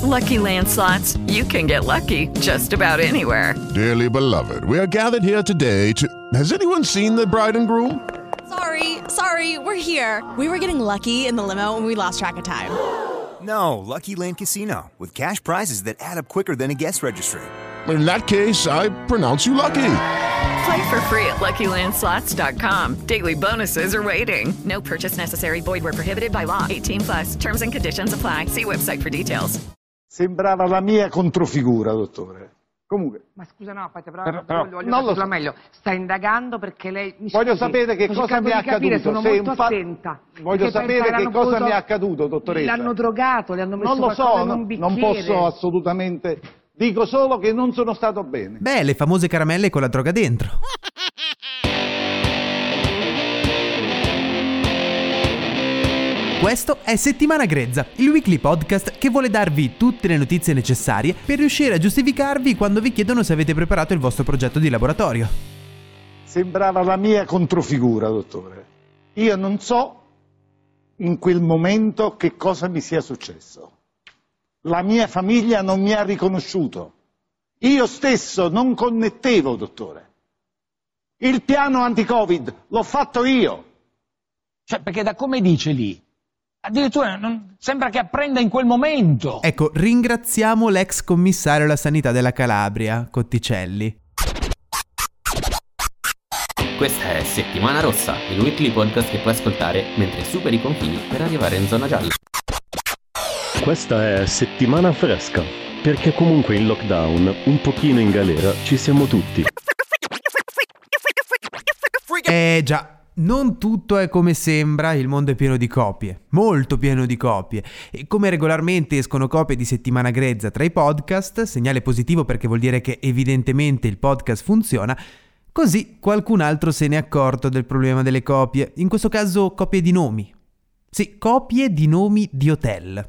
Lucky Land Slots, you can get lucky just about anywhere. Dearly beloved, we are gathered here today to... Has anyone seen the bride and groom? Sorry, we're here. We were getting lucky in the limo and we lost track of time. No, Lucky Land Casino, with cash prizes that add up quicker than a guest registry. In that case, I pronounce you lucky. Play for free at LuckyLandSlots.com. Daily bonuses are waiting. No purchase necessary. Void where prohibited by law. 18+. Terms and conditions apply. See website for details. Sembrava la mia controfigura, dottore. Comunque. Ma scusa, no, fate voglio non lo so. meglio. Sta indagando perché lei voglio sapere che cosa mi è accaduto. Sono molto attenta. Voglio sapere che cosa mi è accaduto, dottoressa. L'hanno drogato, le hanno messo non lo so, in un bicchiere. Non posso assolutamente. Dico solo che non sono stato bene. Beh, le famose caramelle con la droga dentro. Questo è Settimana Grezza, il weekly podcast che vuole darvi tutte le notizie necessarie per riuscire a giustificarvi quando vi chiedono se avete preparato il vostro progetto di laboratorio. Sembrava la mia controfigura, dottore. Io non so in quel momento che cosa mi sia successo. La mia famiglia non mi ha riconosciuto. Io stesso non connettevo, dottore. Il piano anti-Covid l'ho fatto io. Cioè, perché da come dice lì, addirittura sembra che apprenda in quel momento. Ecco, ringraziamo l'ex commissario alla sanità della Calabria, Cotticelli. Questa è Settimana Rossa, il weekly podcast che puoi ascoltare mentre superi i confini per arrivare in zona gialla. Questa è Settimana Fresca, perché comunque in lockdown, un pochino in galera, ci siamo tutti. Già. Non tutto è come sembra, il mondo è pieno di copie, molto pieno di copie. E come regolarmente escono copie di Settimana Grezza tra i podcast, segnale positivo perché vuol dire che evidentemente il podcast funziona, così qualcun altro se n'è accorto del problema delle copie, in questo caso copie di nomi. Sì, copie di nomi di hotel.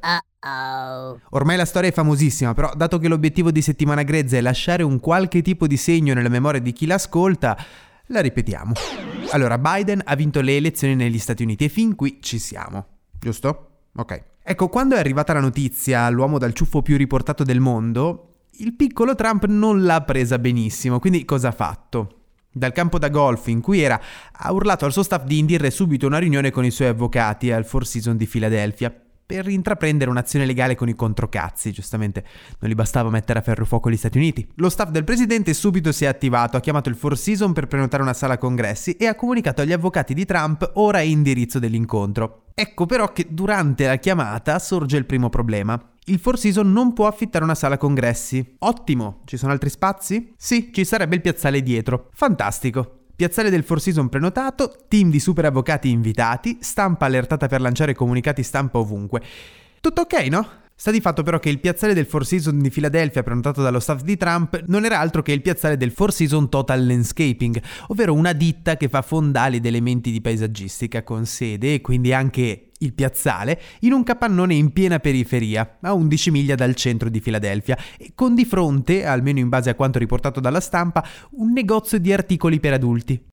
Ormai la storia è famosissima, però dato che l'obiettivo di Settimana Grezza è lasciare un qualche tipo di segno nella memoria di chi l'ascolta, la ripetiamo. Allora, Biden ha vinto le elezioni negli Stati Uniti e fin qui ci siamo, giusto? Ok. Ecco, quando è arrivata la notizia all'uomo dal ciuffo più riportato del mondo, il piccolo Trump non l'ha presa benissimo, quindi cosa ha fatto? Dal campo da golf in cui era, ha urlato al suo staff di indire subito una riunione con i suoi avvocati al Four Seasons di Filadelfia per intraprendere un'azione legale con i controcazzi. Giustamente non gli bastava mettere a ferro fuoco gli Stati Uniti. Lo staff del presidente subito si è attivato, ha chiamato il Four Seasons per prenotare una sala congressi e ha comunicato agli avvocati di Trump ora e indirizzo dell'incontro. Ecco però che durante la chiamata sorge il primo problema. Il Four Seasons non può affittare una sala congressi. Ottimo, ci sono altri spazi? Sì, ci sarebbe il piazzale dietro. Fantastico. Piazzale del Four Seasons prenotato, team di super avvocati invitati, stampa allertata per lanciare comunicati stampa ovunque. Tutto ok, no? Sta di fatto però che il piazzale del Four Seasons di Filadelfia prenotato dallo staff di Trump non era altro che il piazzale del Four Seasons Total Landscaping, ovvero una ditta che fa fondali ed elementi di paesaggistica con sede e quindi anche il piazzale in un capannone in piena periferia, a 11 miglia dal centro di Filadelfia, e con di fronte, almeno in base a quanto riportato dalla stampa, un negozio di articoli per adulti.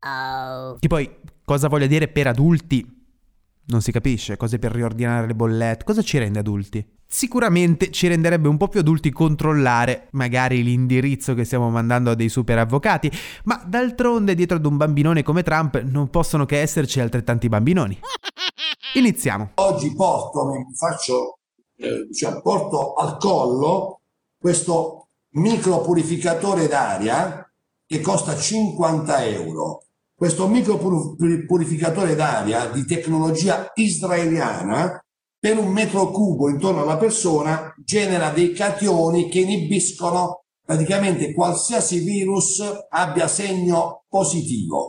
Che poi, cosa voglia dire per adulti? Non si capisce, cose per riordinare le bollette, cosa ci rende adulti? Sicuramente ci renderebbe un po' più adulti controllare magari l'indirizzo che stiamo mandando a dei super avvocati, ma d'altronde dietro ad un bambinone come Trump non possono che esserci altrettanti bambinoni. Iniziamo. Oggi porto al collo questo micropurificatore d'aria che costa 50 euro. Questo micropurificatore d'aria di tecnologia israeliana per 1 metro cubo intorno alla persona genera dei cationi che inibiscono praticamente qualsiasi virus abbia segno positivo.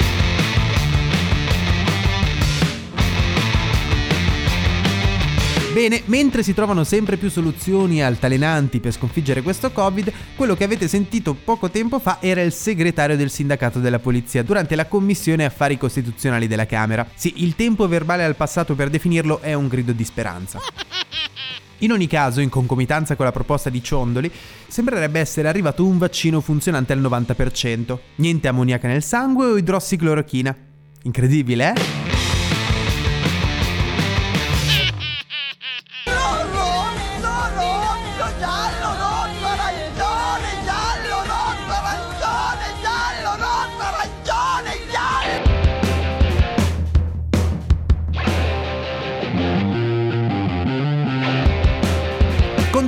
Bene, mentre si trovano sempre più soluzioni altalenanti per sconfiggere questo Covid, quello che avete sentito poco tempo fa era il segretario del sindacato della polizia durante la commissione affari costituzionali della Camera. Sì, il tempo verbale al passato per definirlo è un grido di speranza. In ogni caso, in concomitanza con la proposta di Ciondoli, sembrerebbe essere arrivato un vaccino funzionante al 90%. Niente ammoniaca nel sangue o idrossiclorochina. Incredibile, eh?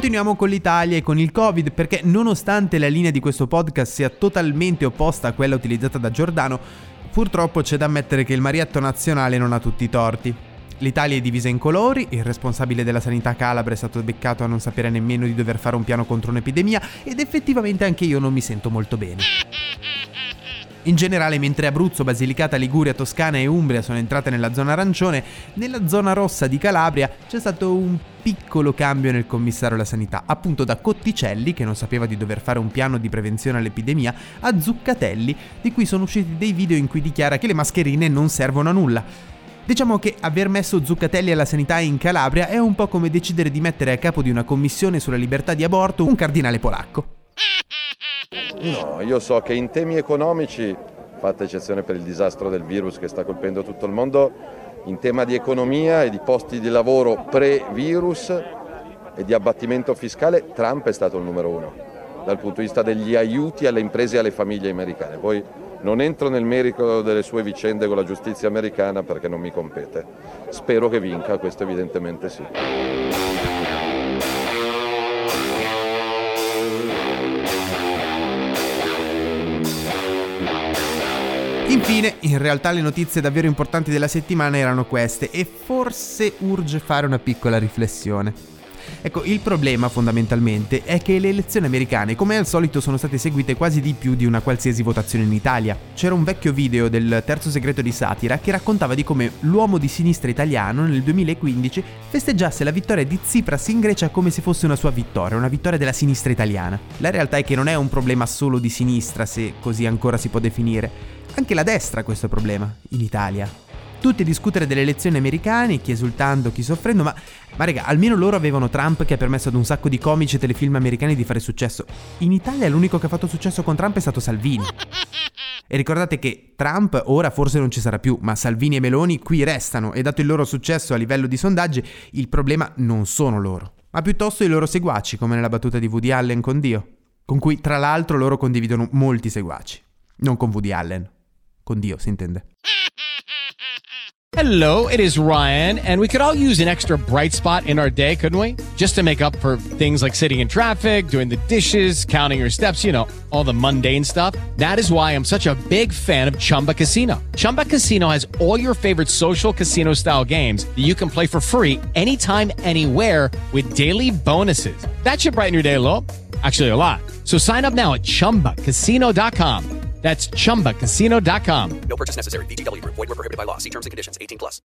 Continuiamo con l'Italia e con il Covid, perché nonostante la linea di questo podcast sia totalmente opposta a quella utilizzata da Giordano, purtroppo c'è da ammettere che il marietto nazionale non ha tutti i torti. L'Italia è divisa in colori, il responsabile della sanità calabra è stato beccato a non sapere nemmeno di dover fare un piano contro un'epidemia ed effettivamente anche io non mi sento molto bene. In generale, mentre Abruzzo, Basilicata, Liguria, Toscana e Umbria sono entrate nella zona arancione, nella zona rossa di Calabria c'è stato un piccolo cambio nel commissario alla sanità, appunto da Cotticelli, che non sapeva di dover fare un piano di prevenzione all'epidemia, a Zuccatelli, di cui sono usciti dei video in cui dichiara che le mascherine non servono a nulla. Diciamo che aver messo Zuccatelli alla sanità in Calabria è un po' come decidere di mettere a capo di una commissione sulla libertà di aborto un cardinale polacco. No, io so che in temi economici, fatta eccezione per il disastro del virus che sta colpendo tutto il mondo, in tema di economia e di posti di lavoro pre-virus e di abbattimento fiscale, Trump è stato il numero uno dal punto di vista degli aiuti alle imprese e alle famiglie americane. Poi non entro nel merito delle sue vicende con la giustizia americana perché non mi compete. Spero che vinca, questo evidentemente sì. Infine, in realtà le notizie davvero importanti della settimana erano queste e forse urge fare una piccola riflessione. Ecco, il problema fondamentalmente è che le elezioni americane, come al solito, sono state seguite quasi di più di una qualsiasi votazione in Italia. C'era un vecchio video del Terzo Segreto di Satira che raccontava di come l'uomo di sinistra italiano nel 2015 festeggiasse la vittoria di Tsipras in Grecia come se fosse una sua vittoria, una vittoria della sinistra italiana. La realtà è che non è un problema solo di sinistra, se così ancora si può definire. Anche la destra ha questo problema, in Italia. Tutti a discutere delle elezioni americane, chi esultando, chi soffrendo, ma raga, almeno loro avevano Trump che ha permesso ad un sacco di comici e telefilm americani di fare successo. In Italia l'unico che ha fatto successo con Trump è stato Salvini. E ricordate che Trump ora forse non ci sarà più, ma Salvini e Meloni qui restano e dato il loro successo a livello di sondaggi, il problema non sono loro, ma piuttosto i loro seguaci, come nella battuta di Woody Allen con Dio, con cui tra l'altro loro condividono molti seguaci. Non con Woody Allen, con Dio si intende. Hello, it is Ryan, and we could all use an extra bright spot in our day, couldn't we? Just to make up for things like sitting in traffic, doing the dishes, counting your steps, you know, all the mundane stuff. That is why I'm such a big fan of Chumba Casino. Chumba Casino has all your favorite social casino-style games that you can play for free anytime, anywhere with daily bonuses. That should brighten your day a little. Actually, a lot. So sign up now at ChumbaCasino.com. That's ChumbaCasino.com. No purchase necessary. VGW Group. Void where prohibited by law. See terms and conditions. 18+.